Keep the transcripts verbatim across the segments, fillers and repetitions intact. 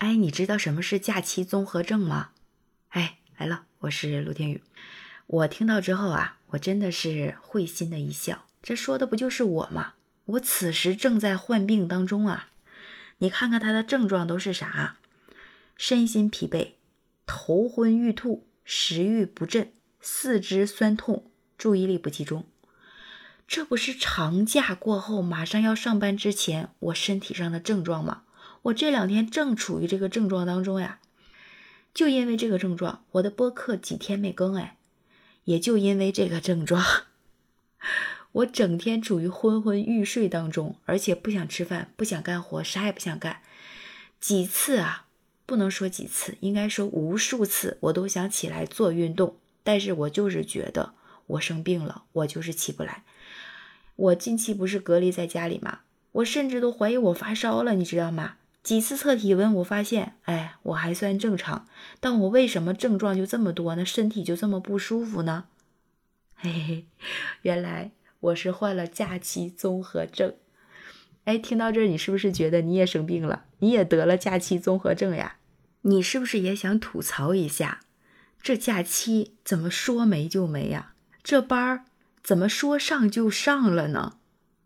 哎，你知道什么是假期综合症吗？哎，来了，我是陆天宇。我听到之后啊，我真的是会心的一笑。这说的不就是我吗？我此时正在患病当中啊。你看看他的症状都是啥？身心疲惫，头昏欲吐，食欲不振，四肢酸痛，注意力不集中。这不是长假过后马上要上班之前我身体上的症状吗？我这两天正处于这个症状当中呀。就因为这个症状，我的播客几天没更哎。也就因为这个症状，我整天处于昏昏欲睡当中，而且不想吃饭，不想干活，啥也不想干。几次啊，不能说几次，应该说无数次，我都想起来做运动，但是我就是觉得我生病了，我就是起不来。我近期不是隔离在家里吗？我甚至都怀疑我发烧了，你知道吗？几次测体温，我发现，哎，我还算正常，但我为什么症状就这么多呢？身体就这么不舒服呢？嘿嘿，原来我是患了假期综合症。哎，听到这儿，你是不是觉得你也生病了？你也得了假期综合症呀？你是不是也想吐槽一下？这假期怎么说没就没呀？这班儿怎么说上就上了呢？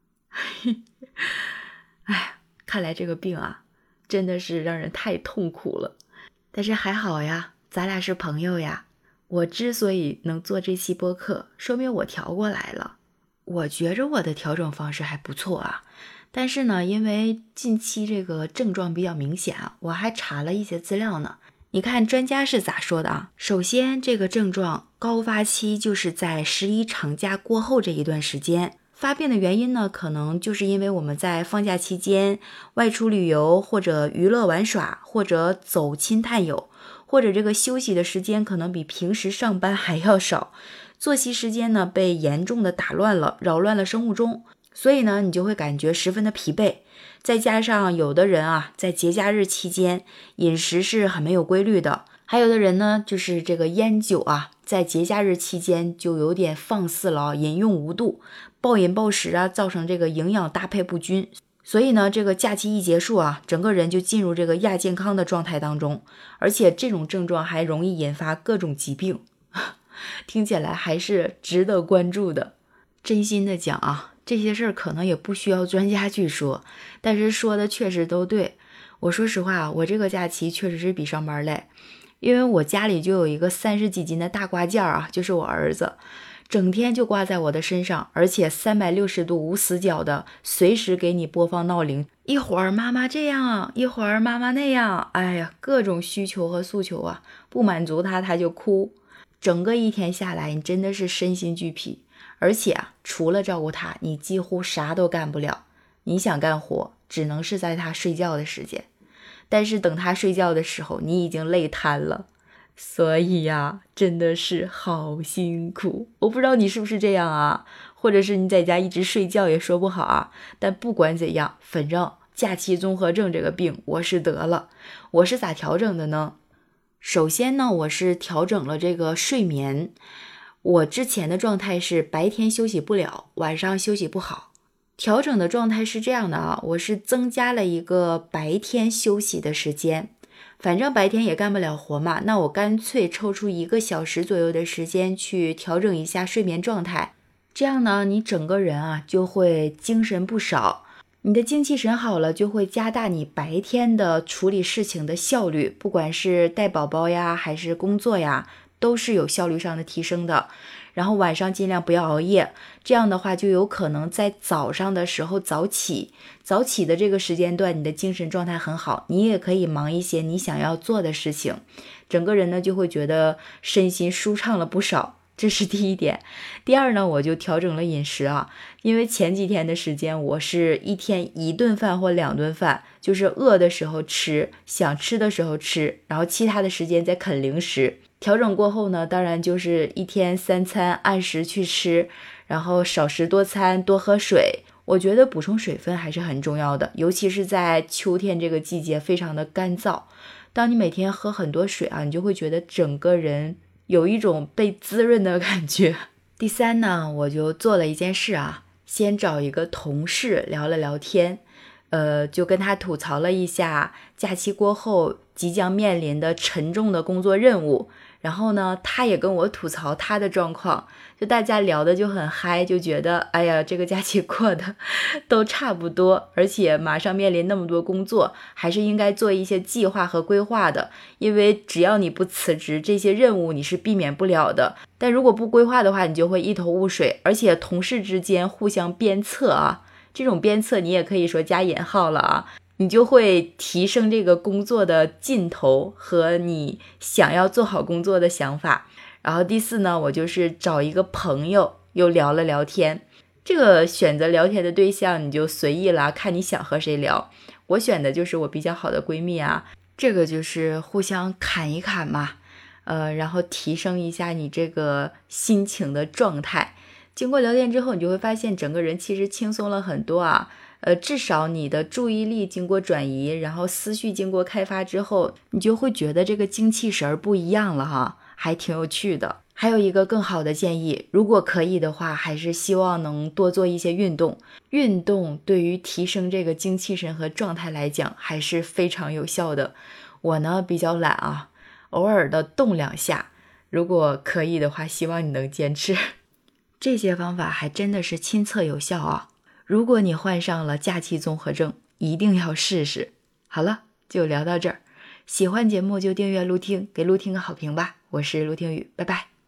哎，看来这个病啊，真的是让人太痛苦了。但是还好呀，咱俩是朋友呀。我之所以能做这期播客，说明我调过来了。我觉着我的调整方式还不错啊。但是呢，因为近期这个症状比较明显啊，我还查了一些资料呢。你看专家是咋说的啊？首先，这个症状高发期就是在十一长假过后这一段时间。发病的原因呢，可能就是因为我们在放假期间外出旅游，或者娱乐玩耍，或者走亲探友，或者这个休息的时间可能比平时上班还要少，作息时间呢被严重的打乱了，扰乱了生物钟，所以呢你就会感觉十分的疲惫。再加上有的人啊，在节假日期间饮食是很没有规律的，还有的人呢，就是这个烟酒啊，在节假日期间就有点放肆了，饮用无度，暴饮暴食啊，造成这个营养搭配不均。所以呢，这个假期一结束啊，整个人就进入这个亚健康的状态当中，而且这种症状还容易引发各种疾病，听起来还是值得关注的。真心的讲啊，这些事儿可能也不需要专家去说，但是说的确实都对。我说实话，我这个假期确实是比上班累，因为我家里就有一个三十几斤的大挂件啊，就是我儿子。整天就挂在我的身上，而且三百六十度无死角的随时给你播放闹铃，一会儿妈妈这样，一会儿妈妈那样，哎呀，各种需求和诉求啊，不满足他他就哭。整个一天下来，你真的是身心俱疲，而且啊，除了照顾他，你几乎啥都干不了。你想干活，只能是在他睡觉的时间，但是等他睡觉的时候，你已经累瘫了。所以呀，真的是好辛苦。我不知道你是不是这样啊，或者是你在家一直睡觉也说不好啊。但不管怎样，反正假期综合症这个病我是得了。我是咋调整的呢？首先呢，我是调整了这个睡眠。我之前的状态是白天休息不了，晚上休息不好。调整的状态是这样的啊，我是增加了一个白天休息的时间。反正白天也干不了活嘛，那我干脆抽出一个小时左右的时间去调整一下睡眠状态。这样呢，你整个人啊就会精神不少，你的精气神好了，就会加大你白天的处理事情的效率，不管是带宝宝呀，还是工作呀，都是有效率上的提升的。然后晚上尽量不要熬夜，这样的话就有可能在早上的时候早起，早起的这个时间段你的精神状态很好，你也可以忙一些你想要做的事情，整个人呢就会觉得身心舒畅了不少，这是第一点。第二呢，我就调整了饮食啊，因为前几天的时间我是一天一顿饭或两顿饭，就是饿的时候吃，想吃的时候吃，然后其他的时间再啃零食。调整过后呢，当然就是一天三餐按时去吃，然后少食多餐，多喝水。我觉得补充水分还是很重要的，尤其是在秋天这个季节非常的干燥。当你每天喝很多水啊，你就会觉得整个人有一种被滋润的感觉。第三呢，我就做了一件事啊，先找一个同事聊了聊天。 呃，就跟他吐槽了一下假期过后即将面临的沉重的工作任务，然后呢，他也跟我吐槽他的状况，就大家聊的就很嗨，就觉得哎呀，这个假期过得都差不多，而且马上面临那么多工作，还是应该做一些计划和规划的，因为只要你不辞职，这些任务你是避免不了的，但如果不规划的话，你就会一头雾水，而且同事之间互相鞭策啊，这种鞭策你也可以说加引号了啊，你就会提升这个工作的劲头和你想要做好工作的想法。然后第四呢，我就是找一个朋友又聊了聊天，这个选择聊天的对象你就随意了，看你想和谁聊。我选的就是我比较好的闺蜜啊，这个就是互相侃一侃嘛，呃，然后提升一下你这个心情的状态。经过聊天之后，你就会发现整个人其实轻松了很多啊。呃，至少你的注意力经过转移，然后思绪经过开发之后，你就会觉得这个精气神儿不一样了哈，还挺有趣的。还有一个更好的建议，如果可以的话，还是希望能多做一些运动。运动对于提升这个精气神和状态来讲，还是非常有效的。我呢比较懒啊，偶尔的动两下，如果可以的话，希望你能坚持。这些方法还真的是亲测有效啊！如果你患上了假期综合症，一定要试试。好了，就聊到这儿。喜欢节目就订阅陆听，给陆听个好评吧。我是陆听雨，拜拜。